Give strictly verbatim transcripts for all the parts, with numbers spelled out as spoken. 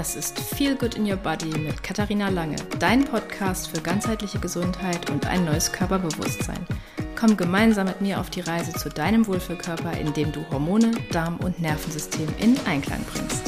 Das ist Feel Good in Your Body mit Katharina Lange, dein Podcast für ganzheitliche Gesundheit und ein neues Körperbewusstsein. Komm gemeinsam mit mir auf die Reise zu deinem Wohlfühlkörper, indem du Hormone, Darm- und Nervensystem in Einklang bringst.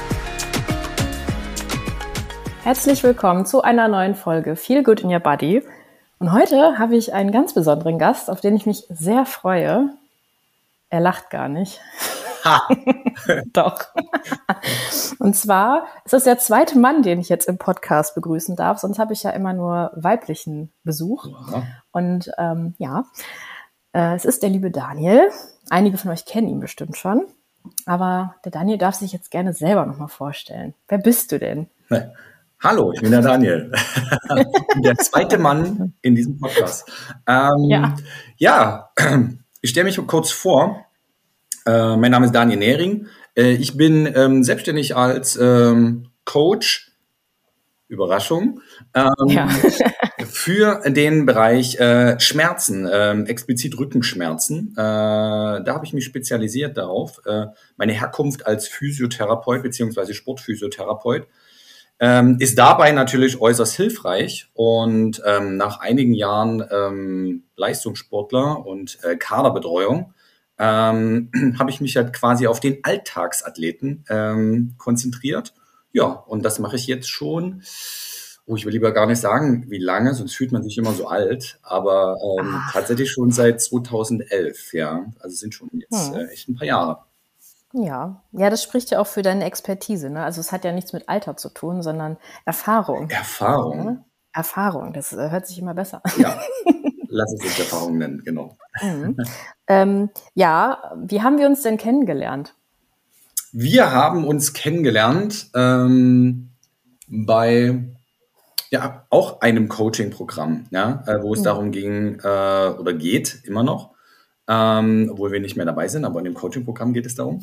Herzlich willkommen zu einer neuen Folge Feel Good in Your Body. Und heute habe ich einen ganz besonderen Gast, auf den ich mich sehr freue. Er lacht gar nicht. Ha! Doch. Und zwar ist es der zweite Mann, den ich jetzt im Podcast begrüßen darf. Sonst habe ich ja immer nur weiblichen Besuch. Ja. Und ähm, ja, äh, es ist der liebe Daniel. Einige von euch kennen ihn bestimmt schon. Aber der Daniel darf sich jetzt gerne selber nochmal vorstellen. Wer bist du denn? Hallo, ich bin der Daniel. Ich bin der zweite Mann in diesem Podcast. Ähm, Ja. ja, ich stelle mich kurz vor. Äh, mein Name ist Daniel Nehring. Äh, ich bin ähm, selbstständig als ähm, Coach, Überraschung, ähm, Ja. für den Bereich äh, Schmerzen, ähm, explizit Rückenschmerzen. Äh, da habe ich mich spezialisiert darauf. Äh, meine Herkunft als Physiotherapeut bzw. Sportphysiotherapeut ähm, ist dabei natürlich äußerst hilfreich. Und ähm, nach einigen Jahren ähm, Leistungssportler und äh, Kaderbetreuung ähm, habe ich mich halt quasi auf den Alltagsathleten ähm, konzentriert. Ja, und das mache ich jetzt schon, oh, ich will lieber gar nicht sagen, wie lange, sonst fühlt man sich immer so alt, aber ähm, Ach. tatsächlich schon seit zweitausendelf, ja. Also es sind schon jetzt Hm. äh, echt ein paar Jahre. Ja. Ja, das spricht ja auch für deine Expertise, ne? Also es hat ja nichts mit Alter zu tun, sondern Erfahrung. Erfahrung, Ne? Erfahrung, das äh, hört sich immer besser an. ja, lass es uns Erfahrung nennen, genau. Mhm. Ähm, ja, wie haben wir uns denn kennengelernt? Wir haben uns kennengelernt ähm, bei ja auch einem Coaching-Programm, ja, äh, wo es Mhm. darum ging äh, oder geht immer noch, ähm, obwohl wir nicht mehr dabei sind, aber in dem Coaching-Programm geht es darum.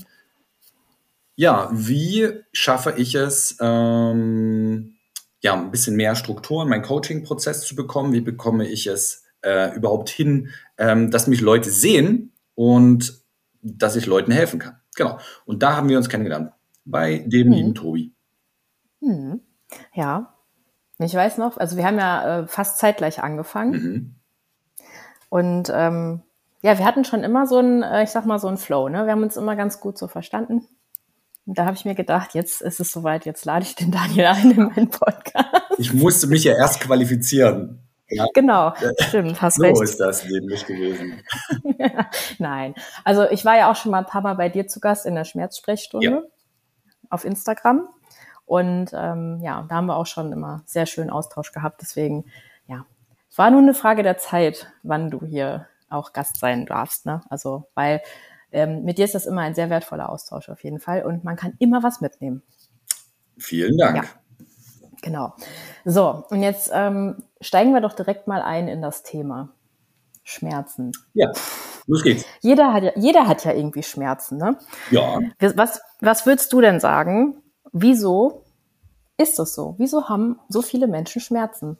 Ja, wie schaffe ich es, ähm, ja, ein bisschen mehr Struktur in meinen Coaching-Prozess zu bekommen? Wie bekomme ich es äh, überhaupt hin, ähm, dass mich Leute sehen und dass ich Leuten helfen kann? Genau. Und da haben wir uns kennengelernt bei dem lieben Mhm. Tobi. Mhm. Ja, ich weiß noch, also wir haben ja äh, fast zeitgleich angefangen Mhm. und ähm, ja, wir hatten schon immer so einen, äh, ich sag mal so einen Flow, ne? Wir haben uns immer ganz gut so verstanden. Und da habe ich mir gedacht, jetzt ist es soweit, jetzt lade ich den Daniel ein in meinen Podcast. Ich musste mich ja erst qualifizieren. Ja, Genau, stimmt, hast so recht. ist das nämlich gewesen. Nein, also ich war ja auch schon mal ein paar Mal bei dir zu Gast in der Schmerzsprechstunde Ja. auf Instagram. Und ähm, ja, da haben wir auch schon immer sehr schönen Austausch gehabt. Deswegen, ja, es war nur eine Frage der Zeit, wann du hier auch Gast sein darfst. Ne? Also, weil ähm, mit dir ist das immer ein sehr wertvoller Austausch auf jeden Fall. Und man kann immer was mitnehmen. Vielen Dank. Ja. Genau. So, und jetzt ähm, steigen wir doch direkt mal ein in das Thema Schmerzen. Ja, los geht's. Jeder hat ja, jeder hat ja irgendwie Schmerzen, ne? Ja, Was, was würdest du denn sagen? Wieso ist das so? Wieso haben so viele Menschen Schmerzen?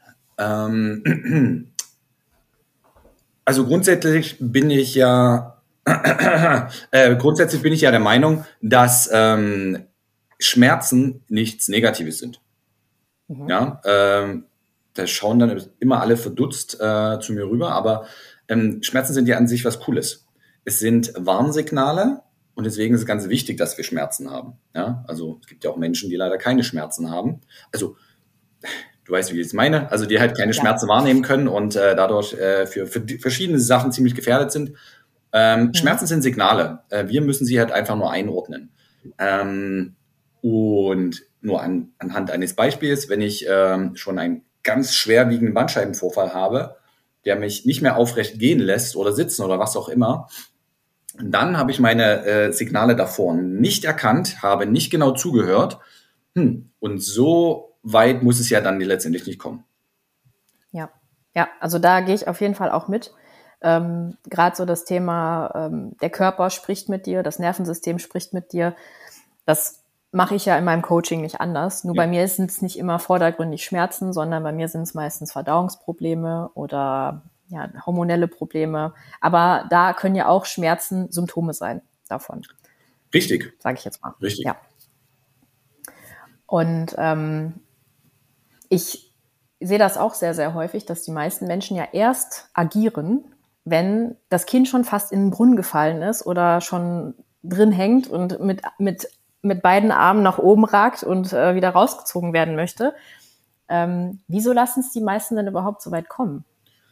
ähm, also grundsätzlich bin ich ja äh, grundsätzlich bin ich ja der Meinung, dass ähm, Schmerzen nichts Negatives sind. Mhm. Ja, ähm, da schauen dann immer alle verdutzt äh, zu mir rüber, aber ähm, Schmerzen sind ja an sich was Cooles. Es sind Warnsignale und deswegen ist es ganz wichtig, dass wir Schmerzen haben. Ja, also es gibt ja auch Menschen, die leider keine Schmerzen haben. Also du weißt, wie ich es meine, also die halt keine Ja. Schmerzen wahrnehmen können und äh, dadurch äh, für, für die verschiedene Sachen ziemlich gefährdet sind. Ähm, Mhm. Schmerzen sind Signale. Äh, wir müssen sie halt einfach nur einordnen. Ähm, und nur an, anhand eines Beispiels, wenn ich ähm, schon einen ganz schwerwiegenden Bandscheibenvorfall habe, der mich nicht mehr aufrecht gehen lässt oder sitzen oder was auch immer, dann habe ich meine äh, Signale davor nicht erkannt, habe nicht genau zugehört. Hm, und so weit muss es ja dann letztendlich nicht kommen. Ja, ja, also da gehe ich auf jeden Fall auch mit. Ähm, Gerade so das Thema, ähm, der Körper spricht mit dir, das Nervensystem spricht mit dir. Das mache ich ja in meinem Coaching nicht anders. Nur Ja. bei mir sind es nicht immer vordergründig Schmerzen, sondern bei mir sind es meistens Verdauungsprobleme oder ja, hormonelle Probleme. Aber da können ja auch Schmerzen Symptome sein davon, Richtig, sage ich jetzt mal. richtig. Ja. Und ähm, ich sehe das auch sehr, sehr häufig, dass die meisten Menschen ja erst agieren, wenn das Kind schon fast in den Brunnen gefallen ist oder schon drin hängt und mit, mit, mit beiden Armen nach oben ragt und äh, wieder rausgezogen werden möchte. Ähm, wieso lassen es die meisten denn überhaupt so weit kommen?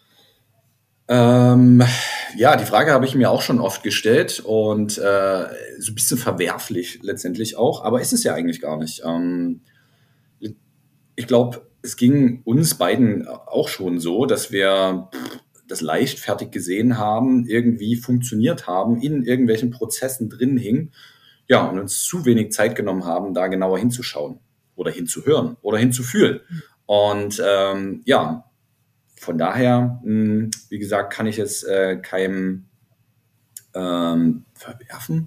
Ähm, ja, die Frage habe ich mir auch schon oft gestellt und äh, so ein bisschen verwerflich letztendlich auch, aber ist es ja eigentlich gar nicht. Ähm, ich glaube, es ging uns beiden auch schon so, dass wir pff, das leichtfertig gesehen haben, irgendwie funktioniert haben, in irgendwelchen Prozessen drin hingen, ja, und uns zu wenig Zeit genommen haben, da genauer hinzuschauen oder hinzuhören oder hinzufühlen. Und ähm, ja, von daher, mh, wie gesagt, kann ich es äh, keinem ähm, verwerfen,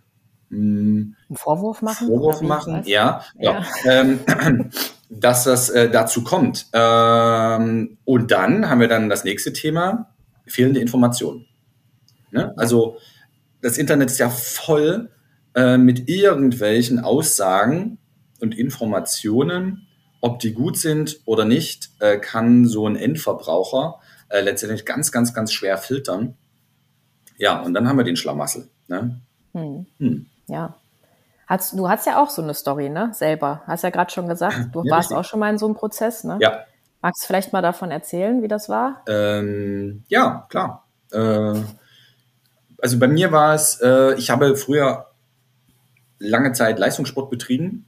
mh, Einen Vorwurf machen oder Vorwurf wie? machen, Was? ja, ja, Ja. ähm, dass das äh, dazu kommt. Ähm, und dann haben wir dann das nächste Thema, fehlende Informationen. Ne? Ja. Also das Internet ist ja voll äh, mit irgendwelchen Aussagen und Informationen, ob die gut sind oder nicht, äh, kann so ein Endverbraucher äh, letztendlich ganz, ganz, ganz schwer filtern. Ja, und dann haben wir den Schlamassel. Ne? Hm. Hm. Ja. Hast, du hast ja auch so eine Story, ne? Selber. Hast ja gerade schon gesagt, du Ja, warst richtig. auch schon mal in so einem Prozess, ne? Ja, Magst du vielleicht mal davon erzählen, wie das war? ähm, ja, klar. Äh, also bei mir war es, äh, ich habe früher lange Zeit Leistungssport betrieben,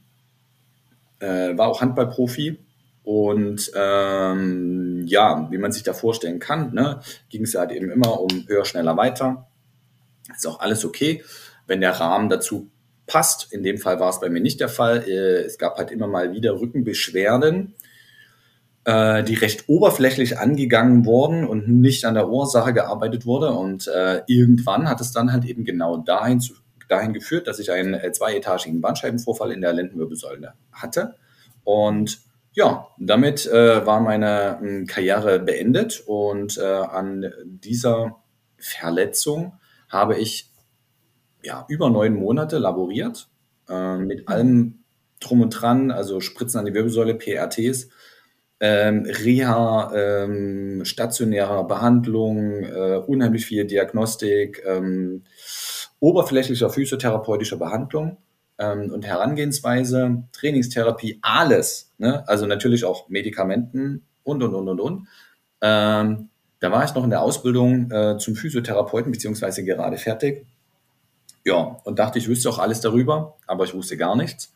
äh, war auch Handballprofi und ähm, ja, wie man sich da vorstellen kann, ne, ging es halt eben immer um höher, schneller, weiter. Ist auch alles okay, wenn der Rahmen dazu passt. In dem Fall war es bei mir nicht der Fall. Äh, es gab halt immer mal wieder Rückenbeschwerden, äh, die recht oberflächlich angegangen wurden und nicht an der Ursache gearbeitet wurde. Und äh, irgendwann hat es dann halt eben genau dahin, zu, dahin geführt, dass ich einen äh, zweietagigen Bandscheibenvorfall in der Lendenwirbelsäule hatte. Und ja, damit äh, war meine äh, Karriere beendet und äh, an dieser Verletzung habe ich ja über neun Monate laboriert, äh, mit Mhm. allem drum und dran, also Spritzen an die Wirbelsäule, P R Ts, ähm, Reha, ähm, stationäre Behandlung, äh, unheimlich viel Diagnostik, ähm, oberflächlicher physiotherapeutischer Behandlung ähm, und Herangehensweise, Trainingstherapie, alles. Ne? Also natürlich auch Medikamenten und, und, und, und, und. Ähm, da war ich noch in der Ausbildung äh, zum Physiotherapeuten, beziehungsweise gerade fertig. Ja, und dachte, ich wüsste auch alles darüber, aber ich wusste gar nichts.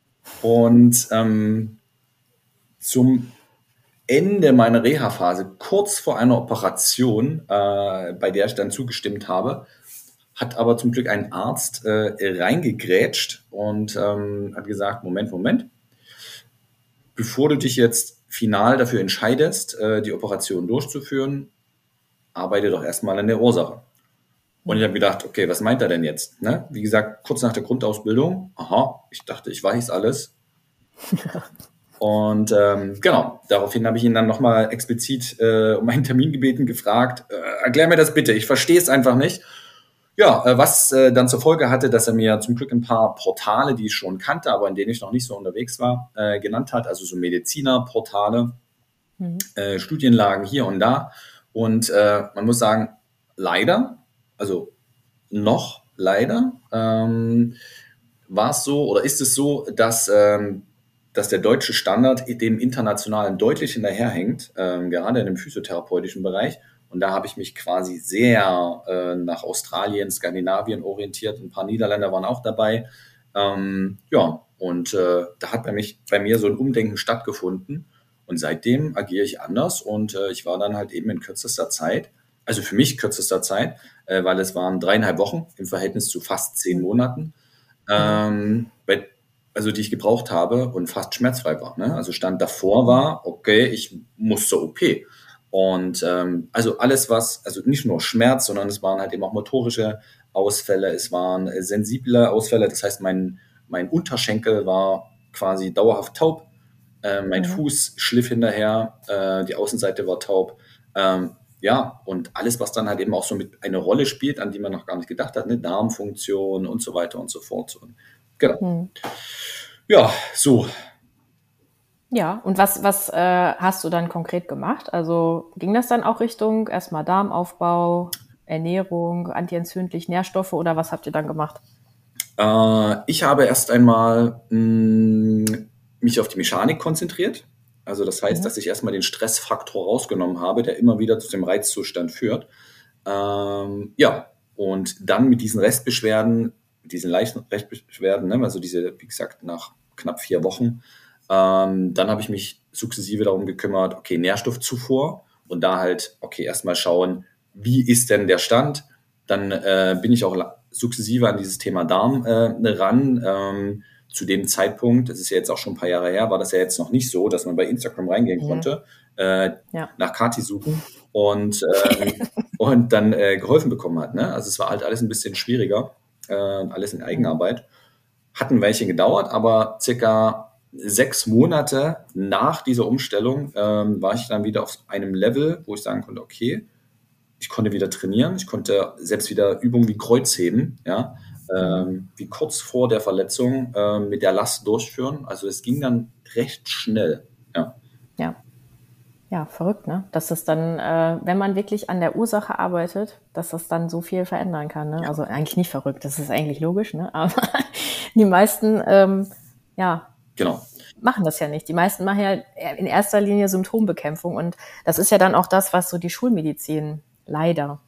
Und ähm, zum Ende meiner Reha-Phase, kurz vor einer Operation, äh, bei der ich dann zugestimmt habe, hat aber zum Glück ein Arzt äh, reingegrätscht und ähm, hat gesagt, Moment, Moment, bevor du dich jetzt final dafür entscheidest, äh, die Operation durchzuführen, arbeite doch erstmal an der Ursache. Und ich habe gedacht, okay, was meint er denn jetzt? Ne? Wie gesagt, kurz nach der Grundausbildung, aha, ich dachte, ich weiß alles. Und ähm, genau, daraufhin habe ich ihn dann nochmal explizit äh, um einen Termin gebeten, gefragt, äh, erklär mir das bitte, ich verstehe es einfach nicht. Ja, äh, was äh, dann zur Folge hatte, dass er mir zum Glück ein paar Portale, die ich schon kannte, aber in denen ich noch nicht so unterwegs war, äh, genannt hat, also so Medizinerportale, Mhm. äh, Studienlagen hier und da. Und äh, man muss sagen, leider, also noch leider, ähm, war es so oder ist es so, dass, ähm, dass der deutsche Standard dem internationalen deutlich hinterherhängt, ähm, gerade in dem physiotherapeutischen Bereich. Und da habe ich mich quasi sehr äh, nach Australien, Skandinavien orientiert. Ein paar Niederländer waren auch dabei. Ähm, ja, und äh, da hat bei, mich, bei mir so ein Umdenken stattgefunden. Und seitdem agiere ich anders. Und äh, ich war dann halt eben in kürzester Zeit, also für mich kürzester Zeit, äh, weil es waren dreieinhalb Wochen im Verhältnis zu fast zehn Monaten, Mhm. ähm, bei, also die ich gebraucht habe und fast schmerzfrei war. Ne? Also Stand davor war, okay, ich muss zur O P. Und ähm, also alles, was, also nicht nur Schmerz, sondern es waren halt eben auch motorische Ausfälle, es waren äh, sensible Ausfälle, das heißt, mein, mein Unterschenkel war quasi dauerhaft taub, äh, mein Mhm. Fuß schliff hinterher, äh, die Außenseite war taub. Ähm, ja, und alles, was dann halt eben auch so mit eine Rolle spielt, an die man noch gar nicht gedacht hat, ne? Darmfunktion und so weiter und so fort. Und genau. Mhm. Ja, so. Ja, und was, was äh, hast du dann konkret gemacht? Also ging das dann auch Richtung erstmal Darmaufbau, Ernährung, antientzündlich, Nährstoffe oder was habt ihr dann gemacht? Äh, ich habe erst einmal mh, mich auf die Mechanik konzentriert. Also das heißt, Mhm. dass ich erstmal den Stressfaktor rausgenommen habe, der immer wieder zu dem Reizzustand führt. Ähm, ja, und dann mit diesen Restbeschwerden, mit diesen leichten Restbeschwerden, ne, also diese, wie gesagt, nach knapp vier Wochen, ähm, dann habe ich mich sukzessive darum gekümmert, okay, Nährstoffzufuhr und da halt, okay, erstmal schauen, wie ist denn der Stand? Dann äh, bin ich auch la- sukzessive an dieses Thema Darm äh, ran. Ähm, zu dem Zeitpunkt, das ist ja jetzt auch schon ein paar Jahre her, war das ja jetzt noch nicht so, dass man bei Instagram reingehen Mhm. konnte, äh, Ja. nach Kati suchen und, ähm, und dann äh, geholfen bekommen hat. Ne? Also es war halt alles ein bisschen schwieriger, äh, alles in Mhm. Eigenarbeit. Hat ein Weilchen gedauert, aber circa sechs Monate nach dieser Umstellung ähm, war ich dann wieder auf einem Level, wo ich sagen konnte, okay, ich konnte wieder trainieren, ich konnte selbst wieder Übungen wie Kreuzheben, ja, Mhm. ähm, wie kurz vor der Verletzung ähm, mit der Last durchführen. Also es ging dann recht schnell. Ja, Ja. Ja, verrückt, ne? Dass das dann, äh, wenn man wirklich an der Ursache arbeitet, dass das dann so viel verändern kann, ne? ja, Also eigentlich nicht verrückt, das ist eigentlich logisch, ne? Aber die meisten, ähm, ja, genau. machen das ja nicht. Die meisten machen ja in erster Linie Symptombekämpfung und das ist ja dann auch das, was so die Schulmedizin leider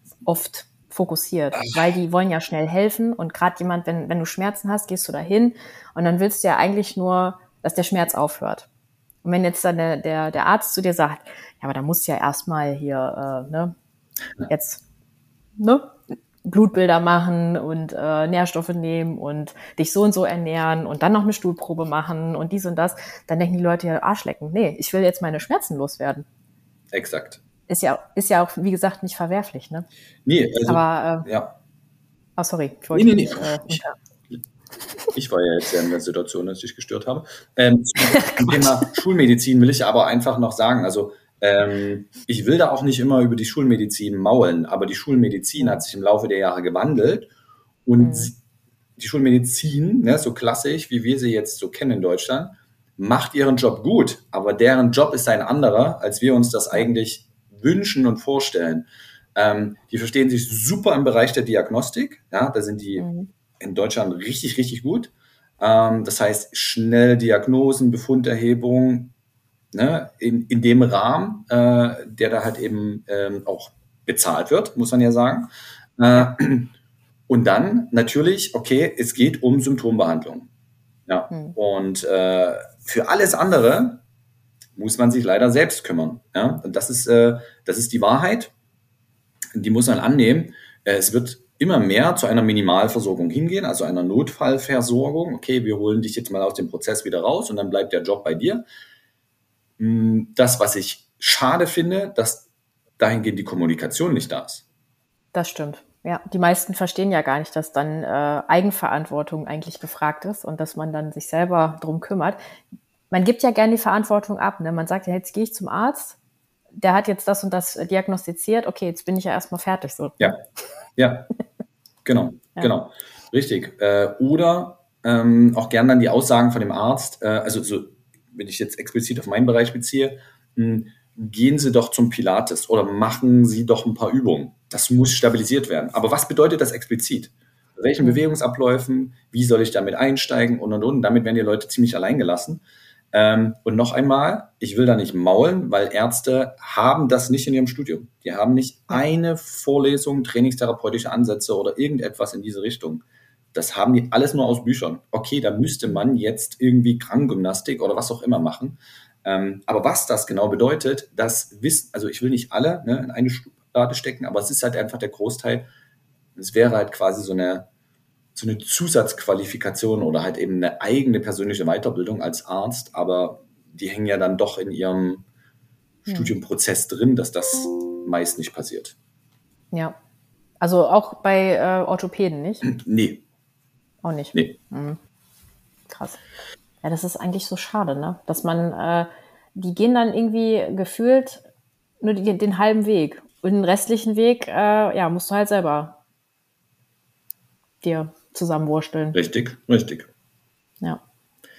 oft fokussiert, weil die wollen ja schnell helfen und gerade jemand, wenn, wenn du Schmerzen hast, gehst du dahin und dann willst du ja eigentlich nur, dass der Schmerz aufhört. Und wenn jetzt dann der, der, der Arzt zu dir sagt, ja, aber da musst du ja erstmal hier, äh, ne, jetzt, ne, Blutbilder machen und äh, Nährstoffe nehmen und dich so und so ernähren und dann noch eine Stuhlprobe machen und dies und das, dann denken die Leute ja, Arschlecken. Nee, ich will jetzt meine Schmerzen loswerden. Exakt. Ist ja, ist ja auch, wie gesagt, nicht verwerflich, ne? Nee, also, Aber, äh, ja. oh, sorry, ich Nee, wollte nee, dich nee. nicht äh, Ich, unter. ich war ja jetzt ja in der Situation, dass ich dich gestört habe. Ähm, zum Quatsch. Thema Schulmedizin will ich aber einfach noch sagen, also ähm, ich will da auch nicht immer über die Schulmedizin maulen, aber die Schulmedizin hat Mhm. sich im Laufe der Jahre gewandelt und Mhm. die Schulmedizin, ne, so klassisch, wie wir sie jetzt so kennen in Deutschland, macht ihren Job gut, aber deren Job ist ein anderer, als wir uns das Ja. eigentlich wünschen und vorstellen. Ähm, die verstehen sich super im Bereich der Diagnostik, ja, da sind die Mhm. in Deutschland richtig, richtig gut. Ähm, das heißt, schnell Diagnosen, Befunderhebung, ne, in, in dem Rahmen, äh, der da halt eben ähm, auch bezahlt wird, muss man ja sagen. Äh, Ja. und dann natürlich, okay, es geht um Symptombehandlung. Ja. Mhm. Und äh, für alles andere muss man sich leider selbst kümmern. Ja. Und das ist, äh, das ist die Wahrheit. Die muss man annehmen. Äh, es wird immer mehr zu einer Minimalversorgung hingehen, also einer Notfallversorgung. Okay, wir holen dich jetzt mal aus dem Prozess wieder raus und dann bleibt der Job bei dir. Das, was ich schade finde, dass dahingehend die Kommunikation nicht da ist. Das stimmt. Ja, die meisten verstehen ja gar nicht, dass dann äh, Eigenverantwortung eigentlich gefragt ist und dass man dann sich selber drum kümmert. Man gibt ja gerne die Verantwortung ab. Ne? Man sagt ja, jetzt gehe ich zum Arzt, der hat jetzt das und das diagnostiziert. Okay, jetzt bin ich ja erstmal fertig. So, Ja, ne? ja, genau, Ja. genau, richtig. Äh, oder ähm, auch gern dann die Aussagen von dem Arzt, äh, also so, wenn ich jetzt explizit auf meinen Bereich beziehe, mh, gehen Sie doch zum Pilates oder machen Sie doch ein paar Übungen. Das muss stabilisiert werden. Aber was bedeutet das explizit? Bei welchen Hm. Bewegungsabläufen? Wie soll ich damit einsteigen? Und und und. Damit werden die Leute ziemlich allein gelassen. Ähm, und noch einmal, ich will da nicht maulen, weil Ärzte haben das nicht in ihrem Studium. Die haben nicht Ja. eine Vorlesung, trainingstherapeutische Ansätze oder irgendetwas in diese Richtung. Das haben die alles nur aus Büchern. Okay, da müsste man jetzt irgendwie Krankengymnastik oder was auch immer machen. Ähm, aber was das genau bedeutet, das wissen, also ich will nicht alle ne, in eine Schublade stecken, aber es ist halt einfach der Großteil. Es wäre halt quasi so eine so eine Zusatzqualifikation oder halt eben eine eigene persönliche Weiterbildung als Arzt, aber die hängen ja dann doch in ihrem Hm. Studienprozess drin, dass das meist nicht passiert. Ja. Also auch bei äh, Orthopäden nicht? Nee, Auch nicht. nee, Hm. Krass. Ja, das ist eigentlich so schade, ne? Dass man, äh, die gehen dann irgendwie gefühlt nur die, den halben Weg. Und den restlichen Weg, äh, ja, musst du halt selber dir zusammenwursteln. richtig, richtig. Ja.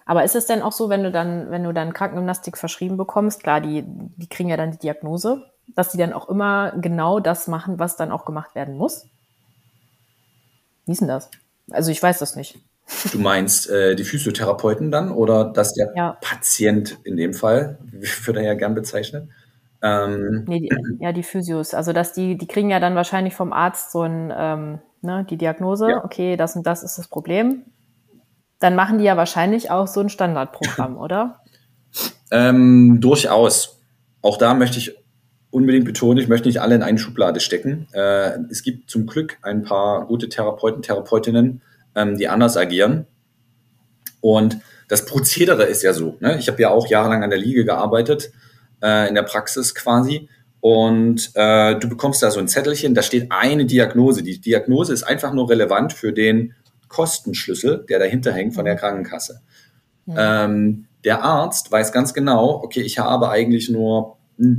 Aber ist es denn auch so, wenn du dann, wenn du dann Krankengymnastik verschrieben bekommst, klar, die, die kriegen ja dann die Diagnose, dass die dann auch immer genau das machen, was dann auch gemacht werden muss? Wie ist denn das? Also ich weiß das nicht. Du meinst äh, die Physiotherapeuten dann oder dass der Ja, Patient in dem Fall, wird er ja gern bezeichnet? Ähm, nee, die, ja, die Physios. Also dass die, die kriegen ja dann wahrscheinlich vom Arzt so ein, ähm, ne, die Diagnose, ja, okay, das und das ist das Problem. Dann machen die ja wahrscheinlich auch so ein Standardprogramm, oder? ähm, durchaus. Auch da möchte ich unbedingt betonen, ich möchte nicht alle in eine Schublade stecken. Äh, es gibt zum Glück ein paar gute Therapeuten, Therapeutinnen, ähm, die anders agieren. Und das Prozedere ist ja so. Ne? Ich habe ja auch jahrelang an der Liege gearbeitet, äh, in der Praxis quasi. Und äh, du bekommst da so ein Zettelchen, da steht eine Diagnose. Die Diagnose ist einfach nur relevant für den Kostenschlüssel, der dahinter hängt von der Krankenkasse. Mhm. Ähm, der Arzt weiß ganz genau, okay, ich habe eigentlich nur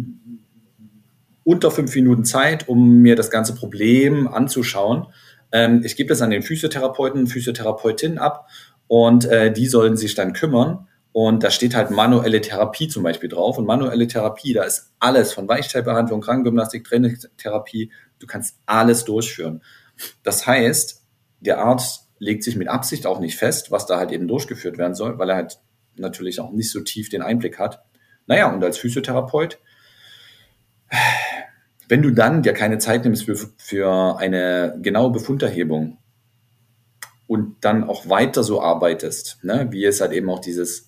unter fünf Minuten Zeit, um mir das ganze Problem anzuschauen. Ähm, ich gebe das an den Physiotherapeuten, Physiotherapeutin ab und äh, die sollen sich dann kümmern. Und da steht halt manuelle Therapie zum Beispiel drauf. Und manuelle Therapie, da ist alles von Weichteilbehandlung, Krankengymnastik, Trainingstherapie. Du kannst alles durchführen. Das heißt, der Arzt legt sich mit Absicht auch nicht fest, was da halt eben durchgeführt werden soll, weil er halt natürlich auch nicht so tief den Einblick hat. Naja, und als Physiotherapeut, wenn du dann dir keine Zeit nimmst für, für eine genaue Befunderhebung und dann auch weiter so arbeitest, ne, wie es halt eben auch dieses,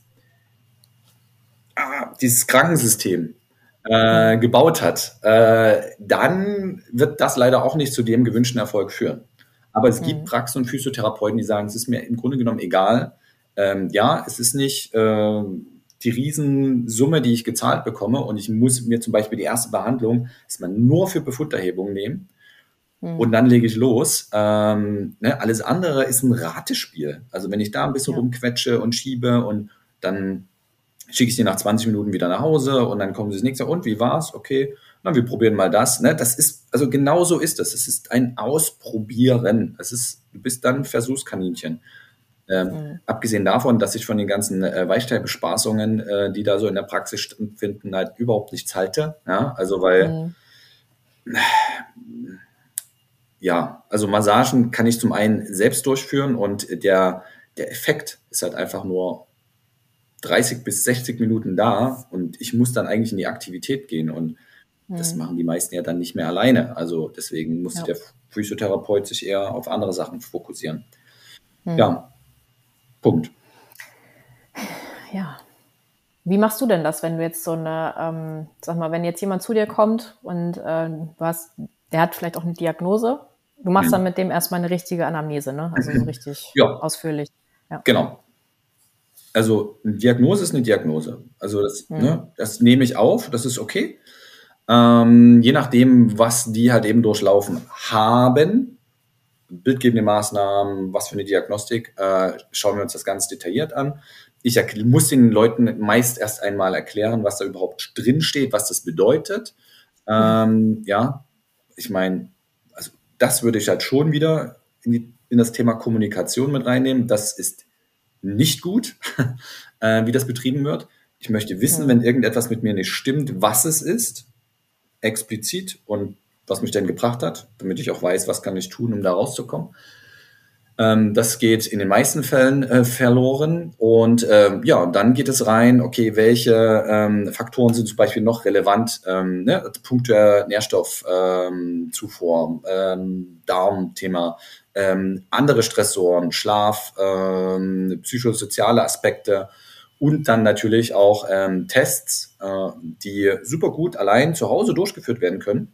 ah, dieses Krankensystem äh, gebaut hat, äh, dann wird das leider auch nicht zu dem gewünschten Erfolg führen. Aber es gibt Mhm. Praxen und Physiotherapeuten, die sagen, es ist mir im Grunde genommen egal. Ähm, ja, es ist nicht äh, die Riesensumme, die ich gezahlt bekomme und ich muss mir zum Beispiel die erste Behandlung erstmal nur für Befunderhebung nehmen und dann lege ich los. Ähm, ne, alles andere ist ein Ratespiel. Also wenn ich da ein bisschen Ja. rumquetsche und schiebe und dann schicke ich die nach zwanzig Minuten wieder nach Hause und dann kommen sie das nächste. Und wie war's? Okay, na, wir probieren mal das. Ne? Das ist, also genau so ist das. Es ist ein Ausprobieren. Es ist, du bist dann Versuchskaninchen. Ähm, Mhm. abgesehen davon, dass ich von den ganzen äh, Weichteilbespaßungen, äh, die da so in der Praxis stattfinden, halt überhaupt nichts halte. Ja, also weil, Mhm. ja, also Massagen kann ich zum einen selbst durchführen und der, der Effekt ist halt einfach nur dreißig bis sechzig Minuten da und ich muss dann eigentlich in die Aktivität gehen und das Mhm. machen die meisten ja dann nicht mehr alleine. Also deswegen muss Ja. der Physiotherapeut sich eher auf andere Sachen fokussieren. Mhm. Ja, Punkt. Ja. Wie machst du denn das, wenn du jetzt so eine, ähm, sag mal, wenn jetzt jemand zu dir kommt und äh, du hast, der hat vielleicht auch eine Diagnose, du machst dann Mhm. mit dem erstmal eine richtige Anamnese, ne? Also so richtig Ja, ausführlich. Ja. genau. Also eine Diagnose ist eine Diagnose. Also das, Mhm. ne, das nehme ich auf, das ist okay. Ähm, je nachdem, was die halt eben durchlaufen haben, bildgebende Maßnahmen, was für eine Diagnostik, äh, schauen wir uns das ganz detailliert an. Ich muss den Leuten meist erst einmal erklären, was da überhaupt drin steht, was das bedeutet. Ähm, ja, ich meine, also das würde ich halt schon wieder in, die, in das Thema Kommunikation mit reinnehmen. Das ist nicht gut, äh, wie das betrieben wird. Ich möchte wissen, Mhm. wenn irgendetwas mit mir nicht stimmt, was es ist, explizit und was mich denn gebracht hat, damit ich auch weiß, was kann ich tun, um da rauszukommen. Ähm, das geht in den meisten Fällen äh, verloren. Und ähm, ja, dann geht es rein, okay, welche ähm, Faktoren sind zum Beispiel noch relevant? Ähm, ne? Punkte Nährstoffzufuhr, ähm, Zufuhr, ähm, Darmthema, ähm, andere Stressoren, Schlaf, ähm, psychosoziale Aspekte und dann natürlich auch ähm, Tests, äh, die super gut allein zu Hause durchgeführt werden können.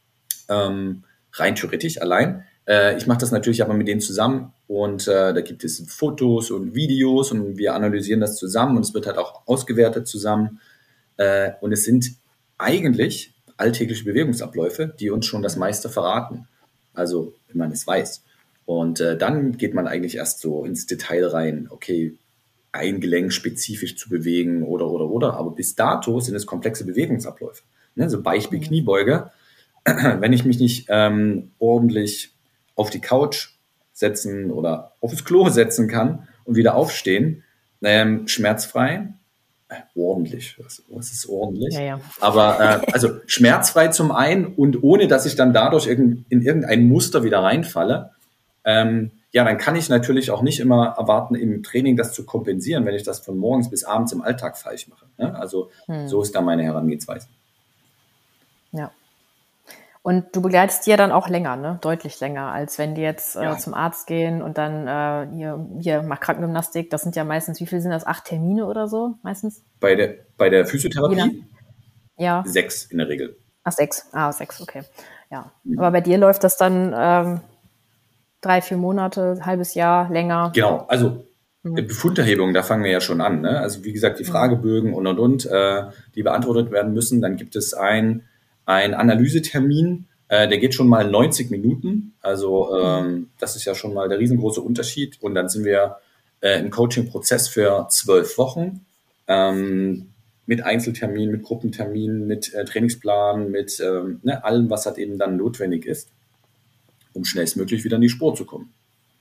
Ähm, rein theoretisch allein. Äh, ich mache das natürlich aber mit denen zusammen und äh, da gibt es Fotos und Videos und wir analysieren das zusammen und es wird halt auch ausgewertet zusammen. Äh, und es sind eigentlich alltägliche Bewegungsabläufe, die uns schon das meiste verraten. Also, wenn man es weiß. Und äh, dann geht man eigentlich erst so ins Detail rein. Okay, ein Gelenk spezifisch zu bewegen oder, oder, oder. Aber bis dato sind es komplexe Bewegungsabläufe. Ne? So Beispiel Mhm. Kniebeuge, wenn ich mich nicht ähm, ordentlich auf die Couch setzen oder aufs Klo setzen kann und wieder aufstehen, Ähm, schmerzfrei, äh, ordentlich, was, was ist ordentlich? Ja, ja. Aber äh, also schmerzfrei zum einen und ohne, dass ich dann dadurch irgend, in irgendein Muster wieder reinfalle. Ähm, ja, dann kann ich natürlich auch nicht immer erwarten, im Training das zu kompensieren, wenn ich das von morgens bis abends im Alltag falsch mache. Ne? Also Hm. so ist da meine Herangehensweise. Ja. Und du begleitest die ja dann auch länger, ne? Deutlich länger, als wenn die jetzt äh, Ja. zum Arzt gehen und dann äh, hier, hier mach Krankengymnastik. Das sind ja meistens, wie viel sind das? Acht Termine oder so meistens? Bei der, bei der Je nach- Physiotherapie Ja. sechs in der Regel. Ach, sechs. Ah, sechs, okay. Ja. Aber bei dir läuft das dann ähm, drei, vier Monate, halbes Jahr, länger. Genau, also Befunderhebung, da fangen wir ja schon an. Ne? Also wie gesagt, die Fragebögen und und und, äh, die beantwortet werden müssen. Dann gibt es ein, ein Analysetermin, äh, der geht schon mal neunzig Minuten. Also ähm, das ist ja schon mal der riesengroße Unterschied. Und dann sind wir äh, im Coaching-Prozess für zwölf Wochen ähm, mit Einzelterminen, mit Gruppenterminen, mit äh, Trainingsplan, mit ähm, ne, allem, was halt eben dann notwendig ist, um schnellstmöglich wieder in die Spur zu kommen.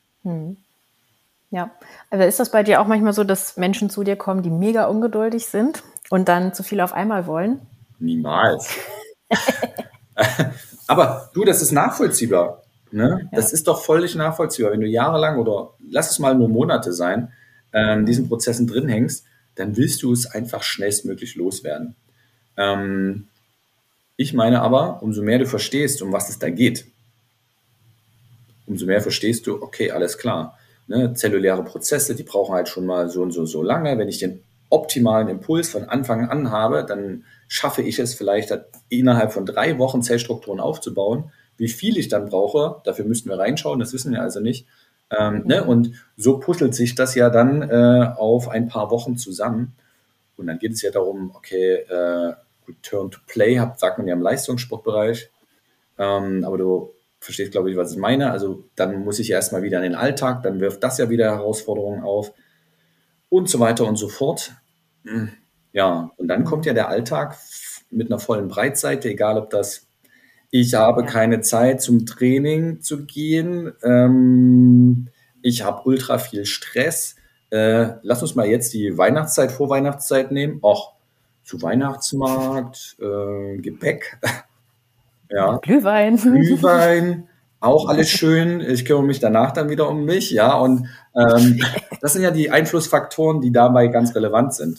Ja. Also ist das bei dir auch manchmal so, dass Menschen zu dir kommen, die mega ungeduldig sind und dann zu viel auf einmal wollen? Niemals. Aber du, das ist nachvollziehbar. Ne? Ja. Das ist doch völlig nachvollziehbar. Wenn du jahrelang oder lass es mal nur Monate sein, ähm, in diesen Prozessen drin hängst, dann willst du es einfach schnellstmöglich loswerden. Ähm, ich meine aber, umso mehr du verstehst, um was es da geht, umso mehr verstehst du, okay, alles klar. Ne? Zelluläre Prozesse, die brauchen halt schon mal so und so, so lange. Wenn ich den optimalen Impuls von Anfang an habe, dann schaffe ich es vielleicht innerhalb von drei Wochen Zellstrukturen aufzubauen. Wie viel ich dann brauche, dafür müssten wir reinschauen, das wissen wir also nicht. Ähm, mhm. ne? Und so puzzelt sich das ja dann äh, auf ein paar Wochen zusammen. Und dann geht es ja darum, okay, äh, Return to Play, sagt man ja im Leistungssportbereich. Ähm, aber du verstehst, glaube ich, was ich meine. Also dann muss ich erstmal wieder in den Alltag, dann wirft das ja wieder Herausforderungen auf und so weiter und so fort. Ja, und dann kommt ja der Alltag mit einer vollen Breitseite, egal ob das ich habe ja. keine Zeit zum Training zu gehen, ähm, ich habe ultra viel Stress. Äh, lass uns mal jetzt die Weihnachtszeit, Vorweihnachtszeit nehmen. Och, zu Weihnachtsmarkt, äh, Gepäck. Ja. Glühwein. Glühwein, auch alles schön. Ich kümmere mich danach dann wieder um mich, ja. Und ähm, das sind ja die Einflussfaktoren, die dabei ganz relevant sind.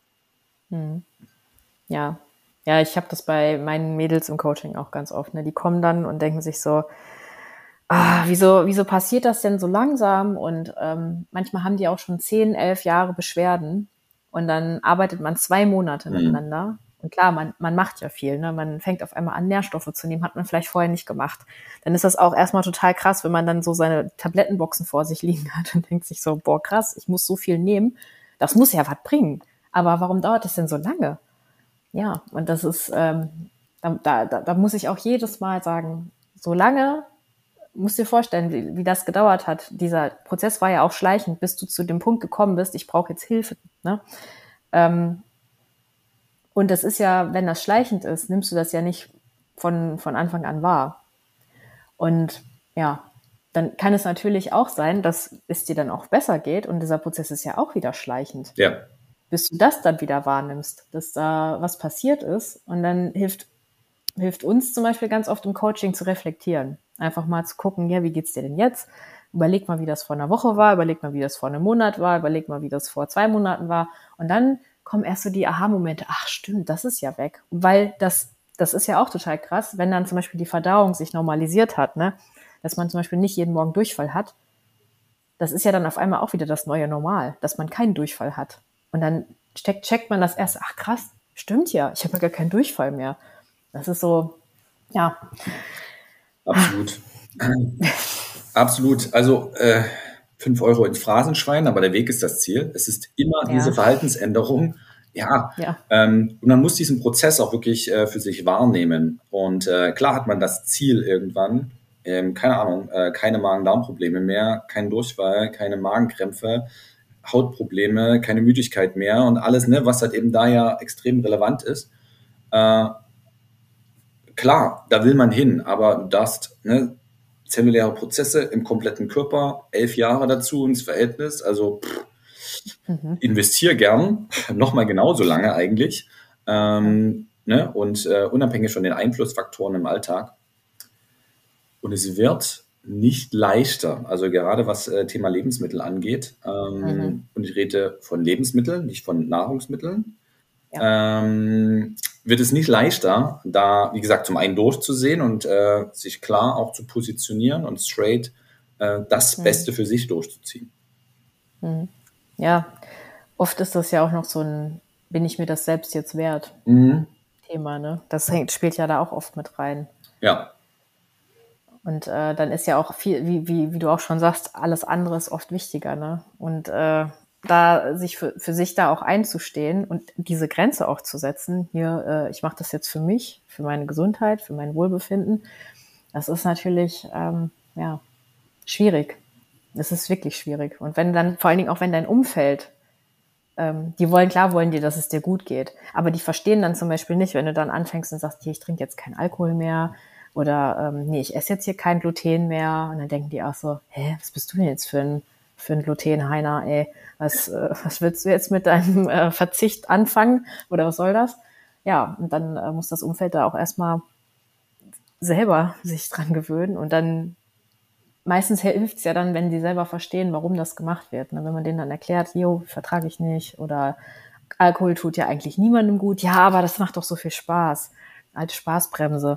Hm. Ja, ja, ich habe das bei meinen Mädels im Coaching auch ganz oft. Ne? Die kommen dann und denken sich so, ah, wieso, wieso passiert das denn so langsam? Und ähm, manchmal haben die auch schon zehn, elf Jahre Beschwerden und dann arbeitet man zwei Monate miteinander. Mhm. Und klar, man, man macht ja viel, ne? Man fängt auf einmal an, Nährstoffe zu nehmen, hat man vielleicht vorher nicht gemacht. Dann ist das auch erstmal total krass, wenn man dann so seine Tablettenboxen vor sich liegen hat und denkt sich so, boah, krass, ich muss so viel nehmen. Das muss ja was bringen. Aber warum dauert das denn so lange? Ja, und das ist, ähm, da, da, da muss ich auch jedes Mal sagen, so lange, musst dir vorstellen, wie, wie das gedauert hat. Dieser Prozess war ja auch schleichend, bis du zu dem Punkt gekommen bist, ich brauche jetzt Hilfe. Ne? Ähm, und das ist ja, wenn das schleichend ist, nimmst du das ja nicht von, von Anfang an wahr. Und ja, dann kann es natürlich auch sein, dass es dir dann auch besser geht und dieser Prozess ist ja auch wieder schleichend. Ja. Bis du das dann wieder wahrnimmst, dass da was passiert ist. Und dann hilft, hilft uns zum Beispiel ganz oft im Coaching zu reflektieren. Einfach mal zu gucken, ja, wie geht's dir denn jetzt? Überleg mal, wie das vor einer Woche war, überleg mal, wie das vor einem Monat war, überleg mal, wie das vor zwei Monaten war. Und dann kommen erst so die Aha-Momente, ach stimmt, das ist ja weg. Weil das, das ist ja auch total krass, wenn dann zum Beispiel die Verdauung sich normalisiert hat, ne? Dass man zum Beispiel nicht jeden Morgen Durchfall hat. Das ist ja dann auf einmal auch wieder das neue Normal, dass man keinen Durchfall hat. Und dann checkt, checkt man das erst, ach krass, stimmt ja, ich habe ja gar keinen Durchfall mehr. Das ist so, ja. Absolut. Absolut. Also äh, fünf Euro ins Phrasenschwein, aber der Weg ist das Ziel. Es ist immer ja. diese Verhaltensänderung. Ja, ja. Ähm, und man muss diesen Prozess auch wirklich äh, für sich wahrnehmen. Und äh, klar hat man das Ziel irgendwann, ähm, keine Ahnung, äh, keine Magen-Darm-Probleme mehr, kein Durchfall, keine Magenkrämpfe, Hautprobleme, keine Müdigkeit mehr und alles, ne, was halt eben da ja extrem relevant ist. Äh, klar, da will man hin, aber du darfst, ne, zelluläre Prozesse im kompletten Körper, elf Jahre dazu ins Verhältnis, also pff, mhm. investiere gern, nochmal genauso lange eigentlich, ähm, ne? Und äh, unabhängig von den Einflussfaktoren im Alltag. Und es wird nicht leichter, also gerade was äh, Thema Lebensmittel angeht. Ähm, mhm. Und ich rede von Lebensmitteln, nicht von Nahrungsmitteln. Ja. Ähm, wird es nicht leichter, da, wie gesagt, zum einen durchzusehen und äh, sich klar auch zu positionieren und straight äh, das mhm. Beste für sich durchzuziehen. Mhm. Ja, oft ist das ja auch noch so ein, bin ich mir das selbst jetzt wert? Mhm. Thema, ne? Das hängt, spielt ja da auch oft mit rein. Ja. Und äh, dann ist ja auch viel, wie, wie, wie du auch schon sagst, alles andere ist oft wichtiger, ne? Und äh, da sich für, für sich da auch einzustehen und diese Grenze auch zu setzen, hier, äh, ich mache das jetzt für mich, für meine Gesundheit, für mein Wohlbefinden, das ist natürlich ähm, ja schwierig. Das ist wirklich schwierig. Und wenn dann, vor allen Dingen auch wenn dein Umfeld, ähm, die wollen, klar wollen dir, dass es dir gut geht, aber die verstehen dann zum Beispiel nicht, wenn du dann anfängst und sagst, hier, ich trinke jetzt keinen Alkohol mehr, oder ähm, nee, ich esse jetzt hier kein Gluten mehr. Und dann denken die auch so, hä, was bist du denn jetzt für ein, für ein Glutenheiner, ey? Was, äh, was willst du jetzt mit deinem äh, Verzicht anfangen? Oder was soll das? Ja, und dann äh, muss das Umfeld da auch erstmal selber sich dran gewöhnen. Und dann meistens hilft es ja dann, wenn die selber verstehen, warum das gemacht wird. Und wenn man denen dann erklärt, jo, vertrage ich nicht. Oder Alkohol tut ja eigentlich niemandem gut. Ja, aber das macht doch so viel Spaß. Alte Spaßbremse.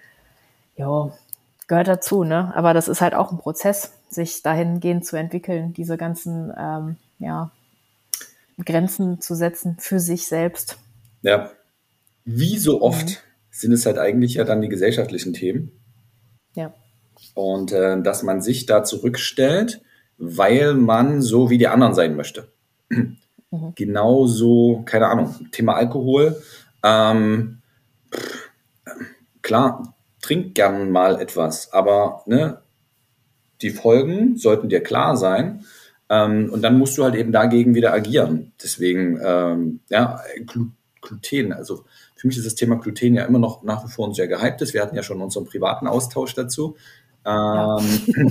Ja, gehört dazu, ne? Aber das ist halt auch ein Prozess, sich dahingehend zu entwickeln, diese ganzen ähm, ja, Grenzen zu setzen für sich selbst. Ja, wie so oft mhm. sind es halt eigentlich ja dann die gesellschaftlichen Themen. Ja. Und äh, dass man sich da zurückstellt, weil man so wie die anderen sein möchte. Mhm. Genauso, keine Ahnung, Thema Alkohol. Ähm, pff, klar, trink gern mal etwas, aber ne, die Folgen sollten dir klar sein. Ähm, und dann musst du halt eben dagegen wieder agieren. Deswegen, ähm, ja, Gluten, also für mich ist das Thema Gluten ja immer noch nach wie vor ein sehr gehyptes. Wir hatten ja schon unseren privaten Austausch dazu. Ähm, ja.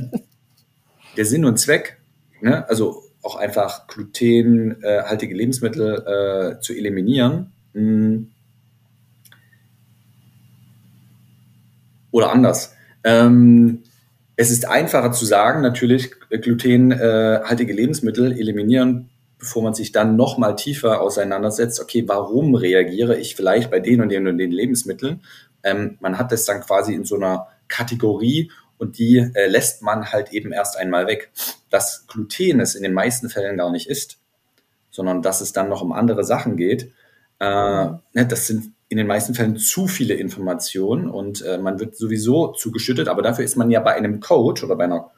Der Sinn und Zweck, ne, also auch einfach glutenhaltige Lebensmittel äh, zu eliminieren. Mh, oder anders. Ähm, es ist einfacher zu sagen, natürlich glutenhaltige Lebensmittel eliminieren, bevor man sich dann noch mal tiefer auseinandersetzt. Okay, warum reagiere ich vielleicht bei den und den und den Lebensmitteln? Ähm, man hat das dann quasi in so einer Kategorie und die äh, lässt man halt eben erst einmal weg. Dass Gluten es in den meisten Fällen gar nicht ist, sondern dass es dann noch um andere Sachen geht. Äh, mhm. ne, das sind in den meisten Fällen zu viele Informationen und äh, man wird sowieso zugeschüttet, aber dafür ist man ja bei einem Coach oder bei einer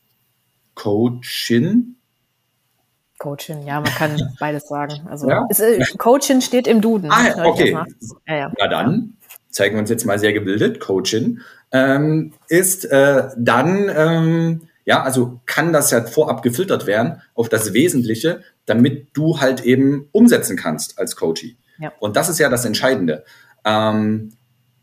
Coachin. Coachin, ja, man kann beides sagen. Also ja? ist, äh, Coachin steht im Duden. Ah, okay. Ja, ja. Na dann zeigen wir uns jetzt mal sehr gebildet. Coachin ähm, ist äh, dann, ähm, ja, also kann das ja vorab gefiltert werden auf das Wesentliche, damit du halt eben umsetzen kannst als Coachie. Ja. Und das ist ja das Entscheidende. Ähm,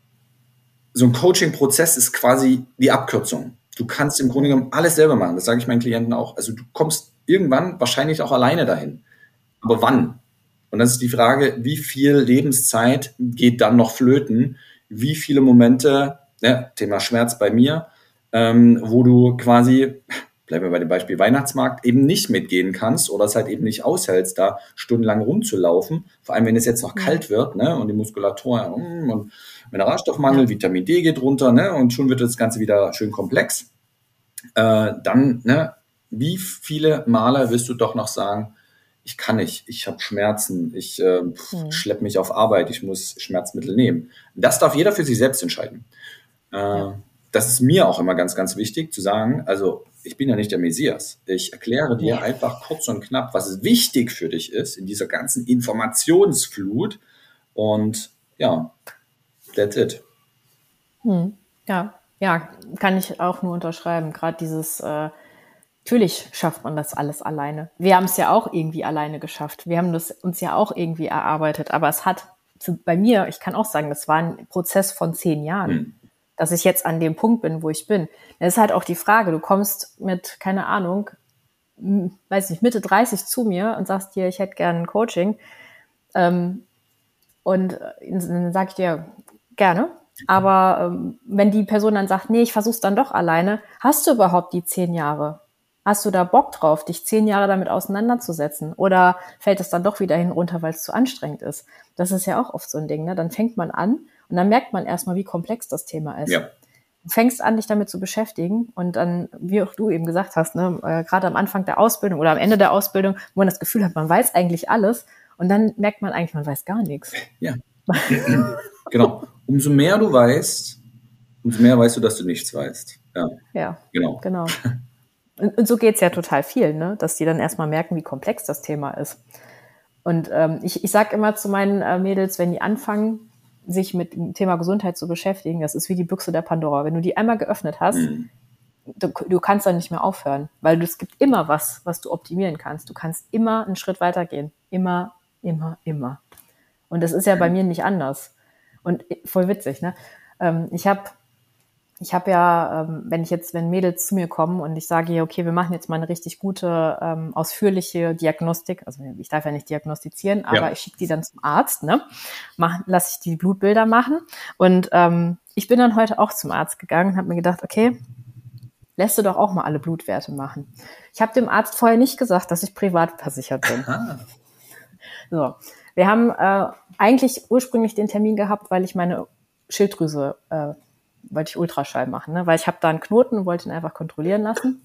so ein Coaching-Prozess ist quasi die Abkürzung. Du kannst im Grunde genommen alles selber machen. Das sage ich meinen Klienten auch. Also du kommst irgendwann wahrscheinlich auch alleine dahin. Aber wann? Und das ist die Frage, wie viel Lebenszeit geht dann noch flöten? Wie viele Momente, ne, Thema Schmerz bei mir, ähm, wo du quasi, bleiben wir bei dem Beispiel Weihnachtsmarkt, eben nicht mitgehen kannst oder es halt eben nicht aushältst, da stundenlang rumzulaufen. Vor allem, wenn es jetzt noch ja. kalt wird, ne, und die Muskulatur mm, und Mineralstoffmangel, ja. Vitamin D geht runter, ne, und schon wird das Ganze wieder schön komplex. Äh, dann, ne, wie viele Male wirst du doch noch sagen, ich kann nicht, ich habe Schmerzen, ich äh, mhm. schleppe mich auf Arbeit, ich muss Schmerzmittel nehmen. Das darf jeder für sich selbst entscheiden. Äh, ja. Das ist mir auch immer ganz, ganz wichtig zu sagen, also ich bin ja nicht der Messias. Ich erkläre dir ja. einfach kurz und knapp, was wichtig für dich ist in dieser ganzen Informationsflut und ja, that's it. Hm. Ja, ja, kann ich auch nur unterschreiben. Gerade dieses, äh, natürlich schafft man das alles alleine. Wir haben es ja auch irgendwie alleine geschafft. Wir haben das uns ja auch irgendwie erarbeitet. Aber es hat für, bei mir, ich kann auch sagen, das war ein Prozess von zehn Jahren, hm. dass ich jetzt an dem Punkt bin, wo ich bin. Das ist halt auch die Frage, du kommst mit, keine Ahnung, weiß nicht, Mitte dreißig zu mir und sagst dir, ich hätte gerne ein Coaching. Ähm, und dann sage ich dir, gerne. Aber ähm, wenn die Person dann sagt, nee, ich versuch's dann doch alleine, hast du überhaupt die zehn Jahre? Hast du da Bock drauf, dich zehn Jahre damit auseinanderzusetzen? Oder fällt es dann doch wieder hinunter, weil es zu anstrengend ist? Das ist ja auch oft so ein Ding, ne? Dann fängt man an und dann merkt man erstmal, wie komplex das Thema ist. Ja. Du fängst an, dich damit zu beschäftigen und dann, wie auch du eben gesagt hast, ne, äh, gerade am Anfang der Ausbildung oder am Ende der Ausbildung, wo man das Gefühl hat, man weiß eigentlich alles und dann merkt man eigentlich, man weiß gar nichts. Ja. Genau. Umso mehr du weißt, umso mehr weißt du, dass du nichts weißt. Ja, Ja, genau. genau. Und, und so geht's ja total viel, ne? Dass die dann erstmal merken, wie komplex das Thema ist. Und ähm, ich, ich sage immer zu meinen äh, Mädels, wenn die anfangen, sich mit dem Thema Gesundheit zu beschäftigen, das ist wie die Büchse der Pandora. Wenn du die einmal geöffnet hast, mhm. du, du kannst dann nicht mehr aufhören, weil es gibt immer was, was du optimieren kannst. Du kannst immer einen Schritt weitergehen. Immer, immer, immer. Und das ist ja bei mir nicht anders. Und voll witzig, ne? Ähm, ich habe Ich habe ja, ähm, wenn ich jetzt, wenn Mädels zu mir kommen und ich sage, ja, okay, wir machen jetzt mal eine richtig gute, ähm, ausführliche Diagnostik, also ich darf ja nicht diagnostizieren, aber ja. ich schicke die dann zum Arzt, ne, mach, lasse ich die Blutbilder machen und ähm, ich bin dann heute auch zum Arzt gegangen und habe mir gedacht, okay, lässt du doch auch mal alle Blutwerte machen. Ich habe dem Arzt vorher nicht gesagt, dass ich privat versichert bin. Aha. So, wir haben äh, eigentlich ursprünglich den Termin gehabt, weil ich meine Schilddrüse äh, wollte ich Ultraschall machen, ne? Weil ich habe da einen Knoten und wollte ihn einfach kontrollieren lassen.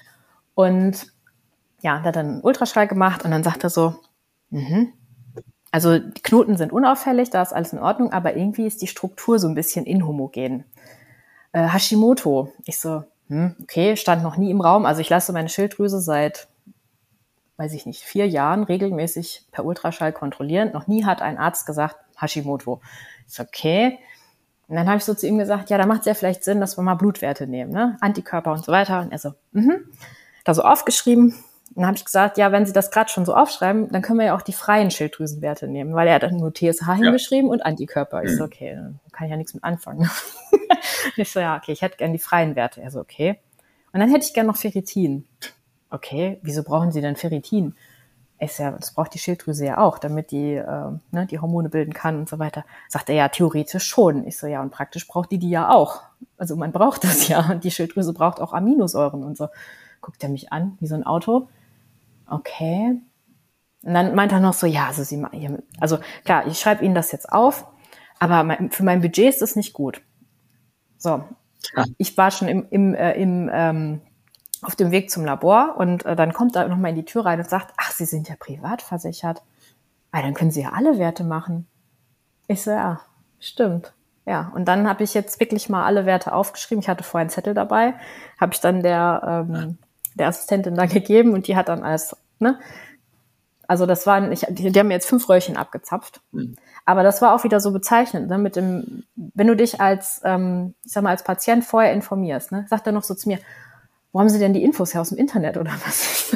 Und ja, der hat dann einen Ultraschall gemacht und dann sagt er so, mhm. Also die Knoten sind unauffällig, da ist alles in Ordnung, aber irgendwie ist die Struktur so ein bisschen inhomogen. Äh, Hashimoto. Ich so, hm, okay, stand noch nie im Raum. Also ich lasse meine Schilddrüse seit, weiß ich nicht, vier Jahren regelmäßig per Ultraschall kontrollieren. Noch nie hat ein Arzt gesagt, Hashimoto. Ich so, okay. Und dann habe ich so zu ihm gesagt, ja, da macht es ja vielleicht Sinn, dass wir mal Blutwerte nehmen, ne? Antikörper und so weiter. Und er so, mhm. Da so aufgeschrieben. Und dann habe ich gesagt, ja, wenn Sie das gerade schon so aufschreiben, dann können wir ja auch die freien Schilddrüsenwerte nehmen, weil er hat dann nur T S H hingeschrieben ja. und Antikörper. Ich so, okay, dann kann ich ja nichts mit anfangen. Ich so, ja, okay, ich hätte gerne die freien Werte. Er so, okay. Und dann hätte ich gerne noch Ferritin. Okay, wieso brauchen Sie denn Ferritin? Ich so, ja, das braucht die Schilddrüse ja auch, damit die äh, ne, die Hormone bilden kann und so weiter. Sagt er, ja, theoretisch schon. Ich so, ja, und praktisch braucht die die ja auch. Also man braucht das ja. Und die Schilddrüse braucht auch Aminosäuren und so. Guckt er mich an, wie so ein Auto. Okay. Und dann meint er noch so, ja, also Sie, also klar, ich schreibe Ihnen das jetzt auf, aber mein, für mein Budget ist das nicht gut. So, ja. Ich war schon im, im, äh, im ähm, auf dem Weg zum Labor und äh, dann kommt er nochmal in die Tür rein und sagt, ach, Sie sind ja privat versichert. Ah, dann können Sie ja alle Werte machen. Ich so, ja, stimmt. Ja, und dann habe ich jetzt wirklich mal alle Werte aufgeschrieben. Ich hatte vorher einen Zettel dabei, habe ich dann der, ähm, der Assistentin da gegeben und die hat dann alles, ne? Also das waren, ich, die, die haben mir jetzt fünf Röhrchen abgezapft. Mhm. Aber das war auch wieder so bezeichnend, ne? Mit dem, wenn du dich als, ähm, ich sag mal, als Patient vorher informierst, ne? Sagt er noch so zu mir, wo haben Sie denn die Infos her, aus dem Internet oder was?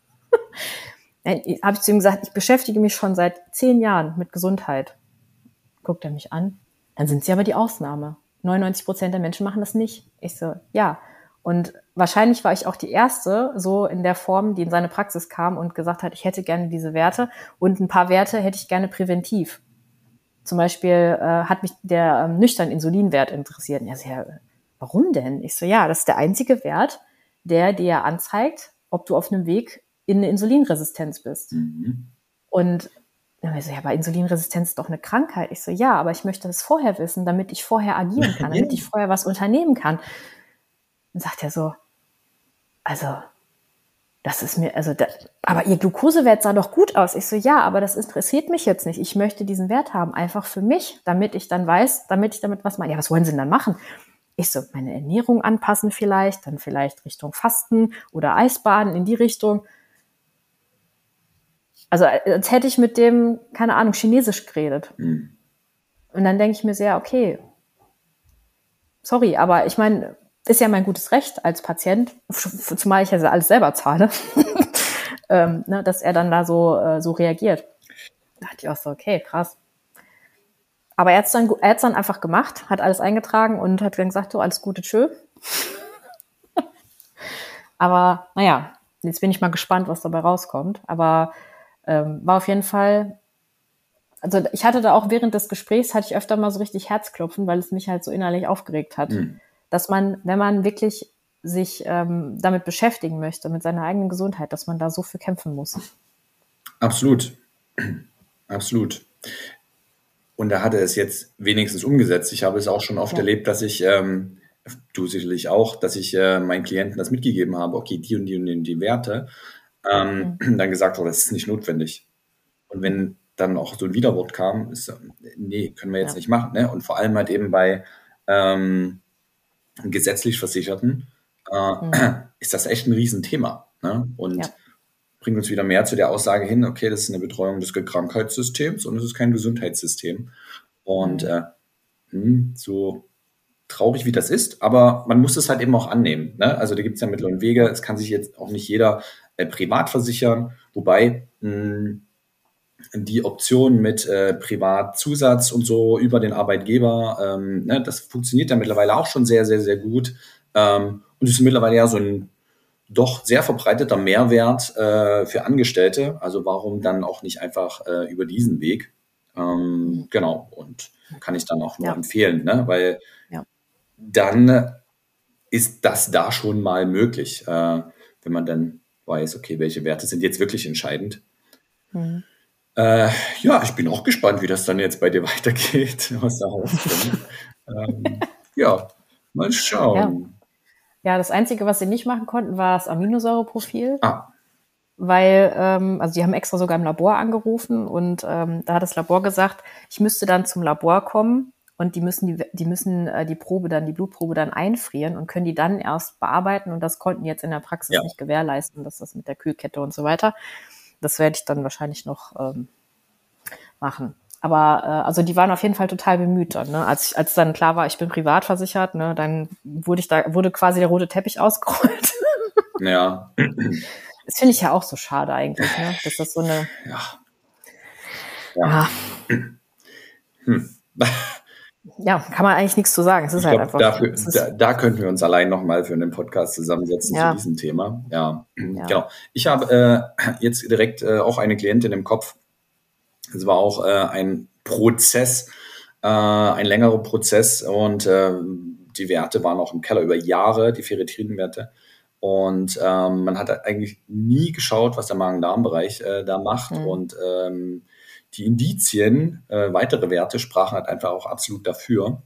Habe ich zu ihm gesagt, ich beschäftige mich schon seit zehn Jahren mit Gesundheit. Guckt er mich an, dann sind Sie aber die Ausnahme. neunundneunzig Prozent der Menschen machen das nicht. Ich so, ja. Und wahrscheinlich war ich auch die Erste, so in der Form, die in seine Praxis kam und gesagt hat, ich hätte gerne diese Werte und ein paar Werte hätte ich gerne präventiv. Zum Beispiel äh, hat mich der ähm, nüchtern Insulinwert interessiert. Und er so, ja, warum denn? Ich so, ja, das ist der einzige Wert, der dir anzeigt, ob du auf einem Weg in eine Insulinresistenz bist. Mhm. Und dann so, ja, aber Insulinresistenz ist doch eine Krankheit. Ich so, ja, aber ich möchte das vorher wissen, damit ich vorher agieren kann, damit ich vorher was unternehmen kann. Dann sagt er so, also, das ist mir, also, da, aber Ihr Glukosewert sah doch gut aus. Ich so, ja, aber das interessiert mich jetzt nicht. Ich möchte diesen Wert haben, einfach für mich, damit ich dann weiß, damit ich damit was mache. Ja, was wollen Sie denn dann machen? Ich so, meine Ernährung anpassen vielleicht, dann vielleicht Richtung Fasten oder Eisbaden in die Richtung. Also als hätte ich mit dem, keine Ahnung, Chinesisch geredet. Mhm. Und dann denke ich mir sehr, okay, sorry, aber ich meine, ist ja mein gutes Recht als Patient, zumal ich ja alles selber zahle, ähm, ne, dass er dann da so, äh, so reagiert. Da dachte ich auch so, okay, krass. Aber er hat es dann, er hat's dann einfach gemacht, hat alles eingetragen und hat dann gesagt, so, alles Gute, tschö. Aber naja, jetzt bin ich mal gespannt, was dabei rauskommt. Aber ähm, war auf jeden Fall, also ich hatte da auch während des Gesprächs, hatte ich öfter mal so richtig Herzklopfen, weil es mich halt so innerlich aufgeregt hat. Mhm. Dass man, wenn man wirklich sich ähm, damit beschäftigen möchte, mit seiner eigenen Gesundheit, dass man da so für kämpfen muss. Absolut. Absolut. Und da hat er es jetzt wenigstens umgesetzt. Ich habe es auch schon oft Ja. erlebt, dass ich, ähm, du sicherlich auch, dass ich äh, meinen Klienten das mitgegeben habe, okay, die und die und die, die Werte, ähm, mhm. dann gesagt wurde, das ist nicht notwendig. Und wenn dann auch so ein Widerwort kam, ist, nee, können wir jetzt ja. nicht machen. Ne? Und vor allem halt eben bei ähm, gesetzlich Versicherten äh, mhm. ist das echt ein Riesenthema. Ne? Und ja. bringt uns wieder mehr zu der Aussage hin, okay, das ist eine Betreuung des Krankheitssystems und es ist kein Gesundheitssystem. Und mhm. äh, mh, so traurig wie das ist, aber man muss es halt eben auch annehmen. Ne? Also da gibt es ja Mittel und Wege. Es kann sich jetzt auch nicht jeder äh, privat versichern, wobei mh, die Option mit äh, Privatzusatz und so über den Arbeitgeber, ähm, ne, das funktioniert ja mittlerweile auch schon sehr, sehr, sehr gut. Ähm, und es ist mittlerweile ja so ein doch sehr verbreiteter Mehrwert äh, für Angestellte. Also warum dann auch nicht einfach äh, über diesen Weg? Ähm, mhm. Genau, und kann ich dann auch nur ja. empfehlen, ne? Weil ja. dann ist das da schon mal möglich, äh, wenn man dann weiß, okay, welche Werte sind jetzt wirklich entscheidend. Mhm. Äh, ja, ich bin auch gespannt, wie das dann jetzt bei dir weitergeht, was da rauskommt. ähm, ja, mal schauen. Ja. ja, das Einzige, was sie nicht machen konnten, war das Aminosäureprofil. Ah. Weil, ähm, also die haben extra sogar im Labor angerufen und ähm, da hat das Labor gesagt, ich müsste dann zum Labor kommen und die müssen die, die müssen äh, die Probe dann, die Blutprobe dann einfrieren und können die dann erst bearbeiten und das konnten die jetzt in der Praxis ja. nicht gewährleisten, dass das mit der Kühlkette und so weiter. Das werde ich dann wahrscheinlich noch ähm, machen. Aber äh, also die waren auf jeden Fall total bemüht dann, ne? Als ich, als dann klar war, ich bin privat versichert, ne, dann wurde ich da wurde quasi der rote Teppich ausgerollt. Ja. Das finde ich ja auch so schade eigentlich, ne? Dass das so eine ja. Ja. Ja, hm. ja kann man eigentlich nichts zu sagen. Es ist ich halt glaub, einfach. Dafür, ist, da, da könnten wir uns allein nochmal für einen Podcast zusammensetzen ja. zu diesem Thema. Ja, ja. Genau. Ich habe äh, jetzt direkt äh, auch eine Klientin im Kopf. Es war auch äh, ein Prozess, äh, ein längerer Prozess und äh, die Werte waren auch im Keller über Jahre, die Ferritinwerte. Und ähm, man hat eigentlich nie geschaut, was der Magen-Darm-Bereich äh, da macht. Mhm. Und ähm, die Indizien, äh, weitere Werte, sprachen halt einfach auch absolut dafür.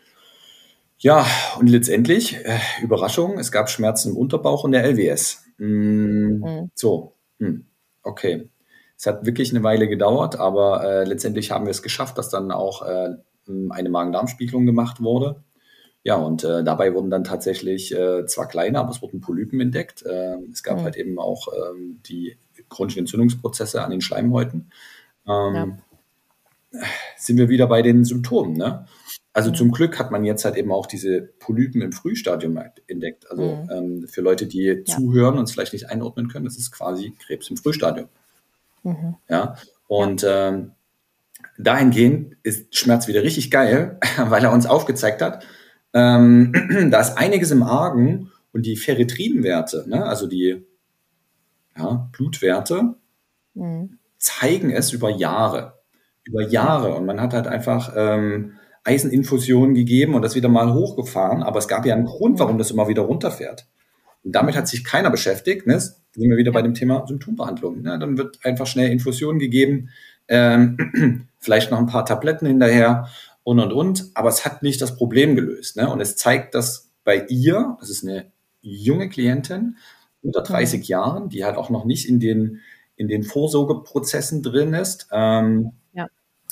Ja, und letztendlich, äh, Überraschung, es gab Schmerzen im Unterbauch und der L W S. Mm, mhm. So, hm, okay. Es hat wirklich eine Weile gedauert, aber äh, letztendlich haben wir es geschafft, dass dann auch äh, eine Magen-Darm-Spiegelung gemacht wurde. Ja, und äh, dabei wurden dann tatsächlich äh, zwar kleine, aber es wurden Polypen entdeckt. Äh, es gab mhm. halt eben auch ähm, die chronischen Entzündungsprozesse an den Schleimhäuten. Ähm, ja. Sind wir wieder bei den Symptomen, ne? Also mhm. zum Glück hat man jetzt halt eben auch diese Polypen im Frühstadium entdeckt. Also mhm. ähm, für Leute, die ja. zuhören und es vielleicht nicht einordnen können, das ist quasi Krebs im Frühstadium. Mhm. Ja, und ja. Ähm, dahingehend ist Schmerz wieder richtig geil, weil er uns aufgezeigt hat, ähm, da ist einiges im Argen und die Ferritrinwerte, ne, also die ja, Blutwerte, mhm. zeigen es über Jahre. Über Jahre. Und man hat halt einfach ähm, Eiseninfusionen gegeben und das wieder mal hochgefahren, aber es gab ja einen Grund, warum das immer wieder runterfährt. Und damit hat sich keiner beschäftigt. Ne? Sind wir wieder ja. bei dem Thema Symptombehandlung. Ne? Dann wird einfach schnell Infusionen gegeben, ähm, vielleicht noch ein paar Tabletten hinterher und, und, und. Aber es hat nicht das Problem gelöst. Ne? Und es zeigt, dass bei ihr, das ist eine junge Klientin, unter dreißig mhm. Jahren, die halt auch noch nicht in den, in den Vorsorgeprozessen drin ist. Ähm, ja.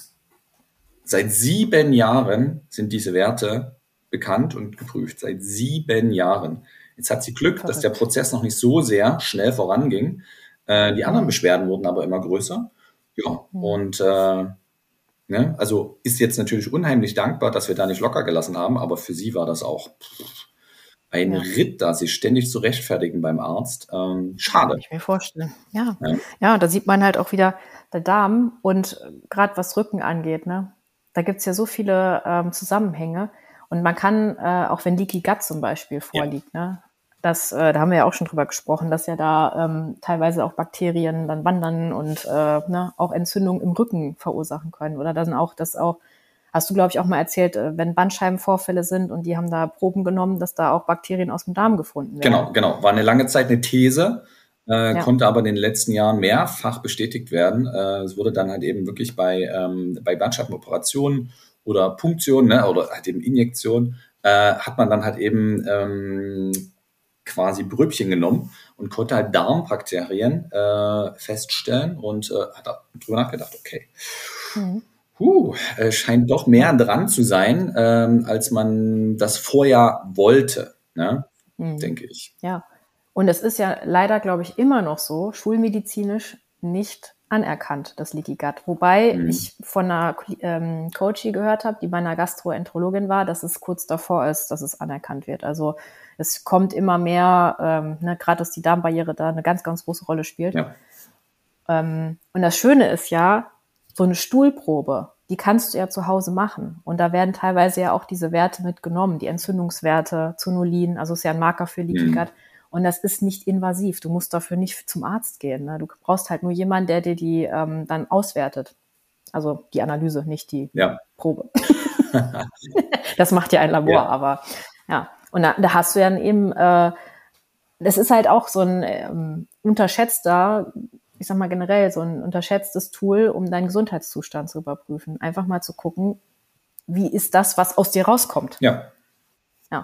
Seit sieben Jahren sind diese Werte bekannt und geprüft. Seit sieben Jahren. Jetzt hat sie Glück, Verrückt. dass der Prozess noch nicht so sehr schnell voranging. Äh, die anderen Beschwerden wurden aber immer größer. Ja, mhm. und äh, ne, also ist jetzt natürlich unheimlich dankbar, dass wir da nicht locker gelassen haben, aber für sie war das auch pff, ein ja. Ritt, da sich ständig zu rechtfertigen beim Arzt. Ähm, schade. Kann ich mir vorstellen. Ja. ja, ja, da sieht man halt auch wieder der Darm und gerade was Rücken angeht, ne, da gibt's ja so viele ähm, Zusammenhänge und man kann, äh, auch wenn Leaky Gut zum Beispiel vorliegt, ja. ne, Das, äh, da haben wir ja auch schon drüber gesprochen, dass ja da ähm, teilweise auch Bakterien dann wandern und äh, ne, auch Entzündungen im Rücken verursachen können. Oder dann auch, dass auch, hast du, glaube ich, auch mal erzählt, äh, wenn Bandscheibenvorfälle sind und die haben da Proben genommen, dass da auch Bakterien aus dem Darm gefunden werden. Genau, genau. War eine lange Zeit eine These, äh, Ja. konnte aber in den letzten Jahren mehrfach bestätigt werden. Äh, es wurde dann halt eben wirklich bei, ähm, bei Bandscheibenoperationen oder Punktionen, ne, oder halt eben Injektionen, äh, hat man dann halt eben ähm, quasi Brübchen genommen und konnte halt Darmbakterien äh, feststellen und äh, hat darüber nachgedacht, okay, Mhm. huh, äh, scheint doch mehr dran zu sein, ähm, als man das vorher wollte, ne? Mhm. Denke ich. Ja. Und es ist ja leider, glaube ich, immer noch so, schulmedizinisch nicht anerkannt, das Leaky Gut. Wobei Mhm. ich von einer ähm, Coachie gehört habe, die bei einer Gastroenterologin war, dass es kurz davor ist, dass es anerkannt wird. Also es kommt immer mehr, ähm, ne, gerade dass die Darmbarriere da eine ganz, ganz große Rolle spielt. Ja. Ähm, und das Schöne ist ja, so eine Stuhlprobe, die kannst du ja zu Hause machen. Und da werden teilweise ja auch diese Werte mitgenommen, die Entzündungswerte, Zonulin, also ist ja ein Marker für Leaky Mhm. Gut. Und das ist nicht invasiv. Du musst dafür nicht zum Arzt gehen. Ne? Du brauchst halt nur jemanden, der dir die ähm, dann auswertet. Also die Analyse, nicht die Ja. Probe. Das macht ja ein Labor, Ja. aber ja. Und da, da hast du ja dann eben, äh, das ist halt auch so ein ähm, unterschätzter, ich sag mal generell, so ein unterschätztes Tool, um deinen Gesundheitszustand zu überprüfen. Einfach mal zu gucken, wie ist das, was aus dir rauskommt. Ja. Ja.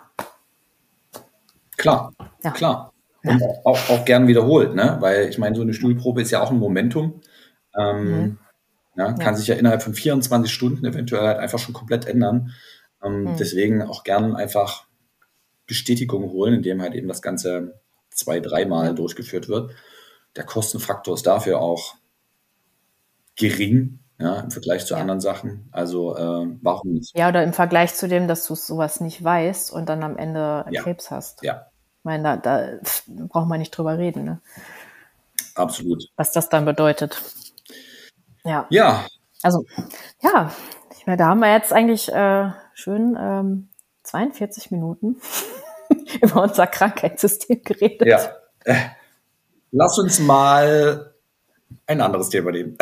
Klar, Ja. klar. Und auch, auch gern wiederholt, ne? Weil ich meine, so eine Stuhlprobe ist ja auch ein Momentum. Ähm, Mhm. ja, kann Ja. sich ja innerhalb von vierundzwanzig Stunden eventuell halt einfach schon komplett ändern. Ähm, Mhm. Deswegen auch gern einfach Bestätigung holen, indem halt eben das Ganze zwei, dreimal Ja. durchgeführt wird. Der Kostenfaktor ist dafür auch gering, ja, im Vergleich zu Ja. anderen Sachen. Also äh, warum nicht? Ja, oder im Vergleich zu dem, dass du sowas nicht weißt und dann am Ende Ja. Krebs hast. Ja, Ich meine, da, da braucht man nicht drüber reden, ne? absolut. Was das dann bedeutet. Ja. Ja, Also, ja, ich meine, da haben wir jetzt eigentlich äh, schön ähm, zweiundvierzig Minuten über unser Krankheitssystem geredet. ja. Äh, Lass uns mal ein anderes Thema nehmen.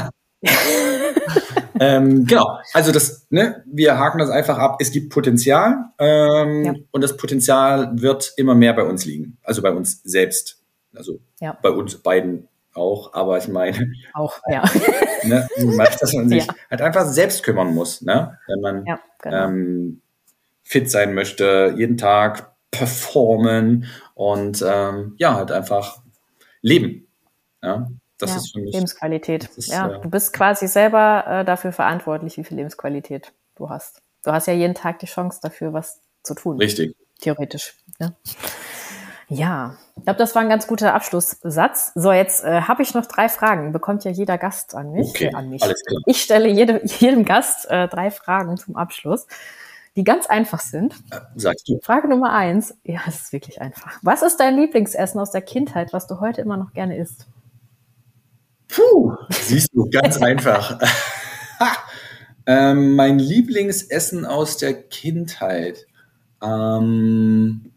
ähm, genau, also das, ne, wir haken das einfach ab. Es gibt Potenzial ähm, Ja. und das Potenzial wird immer mehr bei uns liegen, also bei uns selbst, also Ja. bei uns beiden auch. Aber ich meine, Auch, ja. ne, dass man sich Ja. halt einfach selbst kümmern muss, ne, wenn man Ja, genau. ähm, fit sein möchte, jeden Tag performen und ähm, ja, halt einfach leben. Ja, das Ja, ist für mich. Lebensqualität. Das ist, Ja, äh, du bist quasi selber äh, dafür verantwortlich, wie viel Lebensqualität du hast. Du hast ja jeden Tag die Chance dafür, was zu tun. Richtig. Theoretisch. Ne? Ja, ich glaube, das war ein ganz guter Abschlusssatz. So, jetzt äh, habe ich noch drei Fragen. Bekommt ja jeder Gast an mich. Okay, Äh, an mich. alles klar. Ich stelle jede, jedem Gast äh, drei Fragen zum Abschluss, die ganz einfach sind. Äh, sagst du. Frage Nummer eins. Ja, es ist wirklich einfach. Was ist dein Lieblingsessen aus der Kindheit, was du heute immer noch gerne isst? Puh, siehst du, ganz einfach. ähm, mein Lieblingsessen aus der Kindheit. Ähm,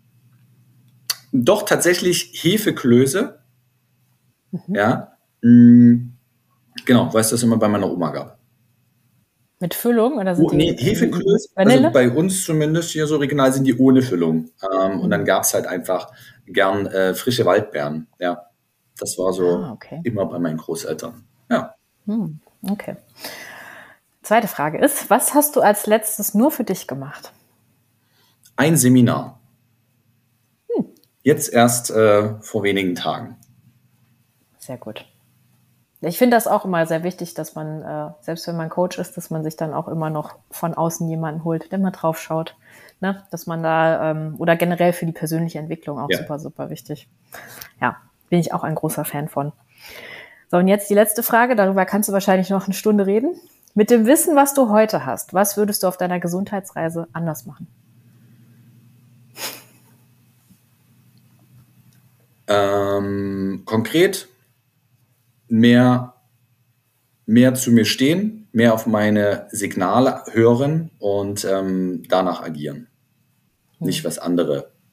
doch tatsächlich Hefeklöße. Mhm. Ja. Mm, genau, weil es das immer bei meiner Oma gab. Mit Füllung oder sind Oh, die nee, Hefeklöße, also Vanille? bei uns zumindest hier so regional sind die ohne Füllung. Ähm, Mhm. Und dann gab es halt einfach gern äh, frische Waldbeeren. Ja, das war so Ah, okay. immer bei meinen Großeltern. Ja. Hm, okay. Zweite Frage ist, was hast du als letztes nur für dich gemacht? Ein Seminar. Jetzt erst äh, vor wenigen Tagen. Sehr gut. Ich finde das auch immer sehr wichtig, dass man, äh, selbst wenn man Coach ist, dass man sich dann auch immer noch von außen jemanden holt, der mal drauf schaut. Ne? Dass man da, ähm, oder generell für die persönliche Entwicklung auch Ja. super, super wichtig. Ja, bin ich auch ein großer Fan von. So, und jetzt die letzte Frage, darüber kannst du wahrscheinlich noch eine Stunde reden. Mit dem Wissen, was du heute hast, was würdest du auf deiner Gesundheitsreise anders machen? Ähm, konkret mehr, mehr zu mir stehen, mehr auf meine Signale hören und ähm, danach agieren. Nicht was andere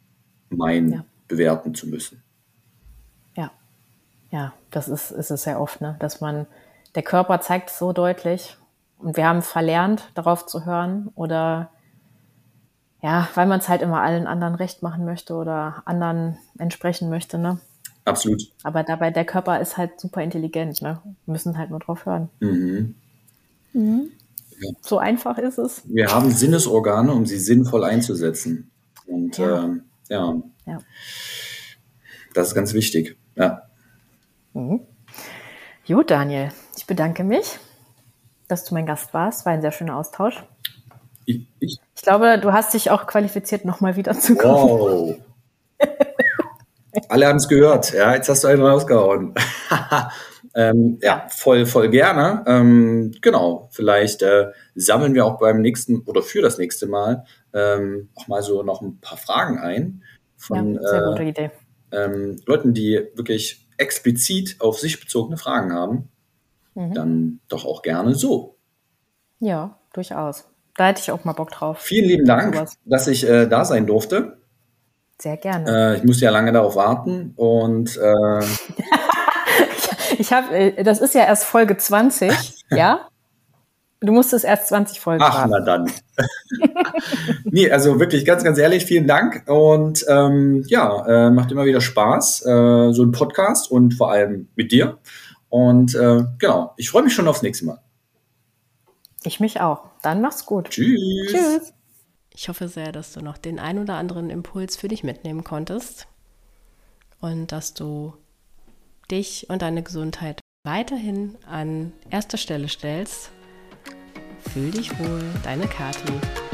meinen, Ja. bewerten zu müssen. Ja, ja, das ist, ist es sehr oft, ne? Dass man, der Körper zeigt es so deutlich und wir haben verlernt, darauf zu hören oder ja, weil man es halt immer allen anderen recht machen möchte oder anderen entsprechen möchte, ne? Absolut. Aber dabei, der Körper ist halt super intelligent, ne? Wir müssen halt nur drauf hören. Mhm. Mhm. Ja. So einfach ist es. Wir haben Sinnesorgane, um sie sinnvoll einzusetzen. Und ja, ähm, ja. ja. Das ist ganz wichtig. Ja. Mhm. Gut, Daniel, ich bedanke mich, dass du mein Gast warst. War ein sehr schöner Austausch. Ich, ich? ich glaube, du hast dich auch qualifiziert, nochmal wieder zu kommen. Wow. Alle haben es gehört. Ja, jetzt hast du einen rausgehauen. ähm, ja, ja, voll, voll gerne. Ähm, genau, vielleicht äh, sammeln wir auch beim nächsten oder für das nächste Mal ähm, auch mal so noch ein paar Fragen ein von ja, sehr gute äh, Idee. Ähm, Leuten, die wirklich explizit auf sich bezogene Fragen haben, mhm. dann doch auch gerne so. Ja, durchaus. Da hätte ich auch mal Bock drauf. Vielen lieben Dank, sowas. dass ich äh, da sein durfte. Sehr gerne. Äh, ich musste ja lange darauf warten und äh ich habe, das ist ja erst Folge zwanzig, ja? Du musstest erst zwanzig Folgen Ach, warten. Na dann. Nee, also wirklich ganz, ganz ehrlich, vielen Dank und ähm, ja, äh, macht immer wieder Spaß, äh, so ein Podcast und vor allem mit dir und äh, genau, ich freue mich schon aufs nächste Mal. Ich mich auch. Dann mach's gut. Tschüss. Tschüss. Ich hoffe sehr, dass du noch den ein oder anderen Impuls für dich mitnehmen konntest und dass du dich und deine Gesundheit weiterhin an erster Stelle stellst. Fühl dich wohl, deine Kathi.